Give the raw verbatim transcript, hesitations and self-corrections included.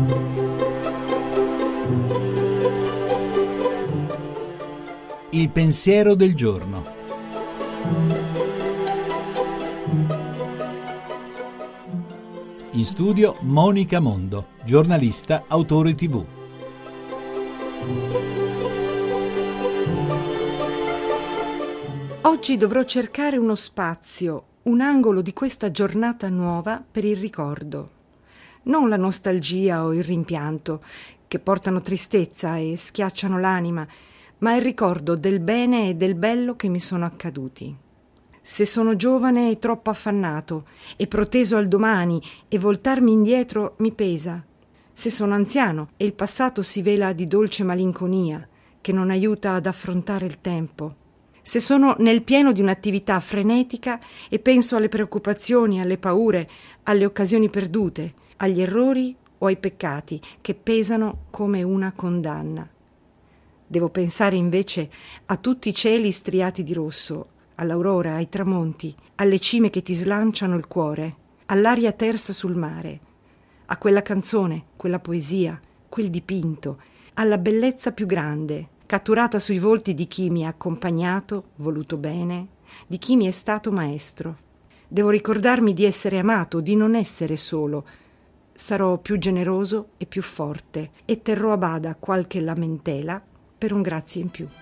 Il pensiero del giorno. In studio Monica Mondo, giornalista, autore tivù. Oggi dovrò cercare uno spazio, un angolo di questa giornata nuova per il ricordo. Non la nostalgia o il rimpianto, che portano tristezza e schiacciano l'anima, ma il ricordo del bene e del bello che mi sono accaduti. Se sono giovane e troppo affannato e proteso al domani e voltarmi indietro mi pesa. Se sono anziano e il passato si vela di dolce malinconia che non aiuta ad affrontare il tempo. Se sono nel pieno di un'attività frenetica e penso alle preoccupazioni, alle paure, alle occasioni perdute, agli errori o ai peccati che pesano come una condanna. Devo pensare invece a tutti i cieli striati di rosso, all'aurora, ai tramonti, alle cime che ti slanciano il cuore, all'aria tersa sul mare, a quella canzone, quella poesia, quel dipinto, alla bellezza più grande, catturata sui volti di chi mi ha accompagnato, voluto bene, di chi mi è stato maestro. Devo ricordarmi di essere amato, di non essere solo. Sarò più generoso e più forte e terrò a bada qualche lamentela per un grazie in più.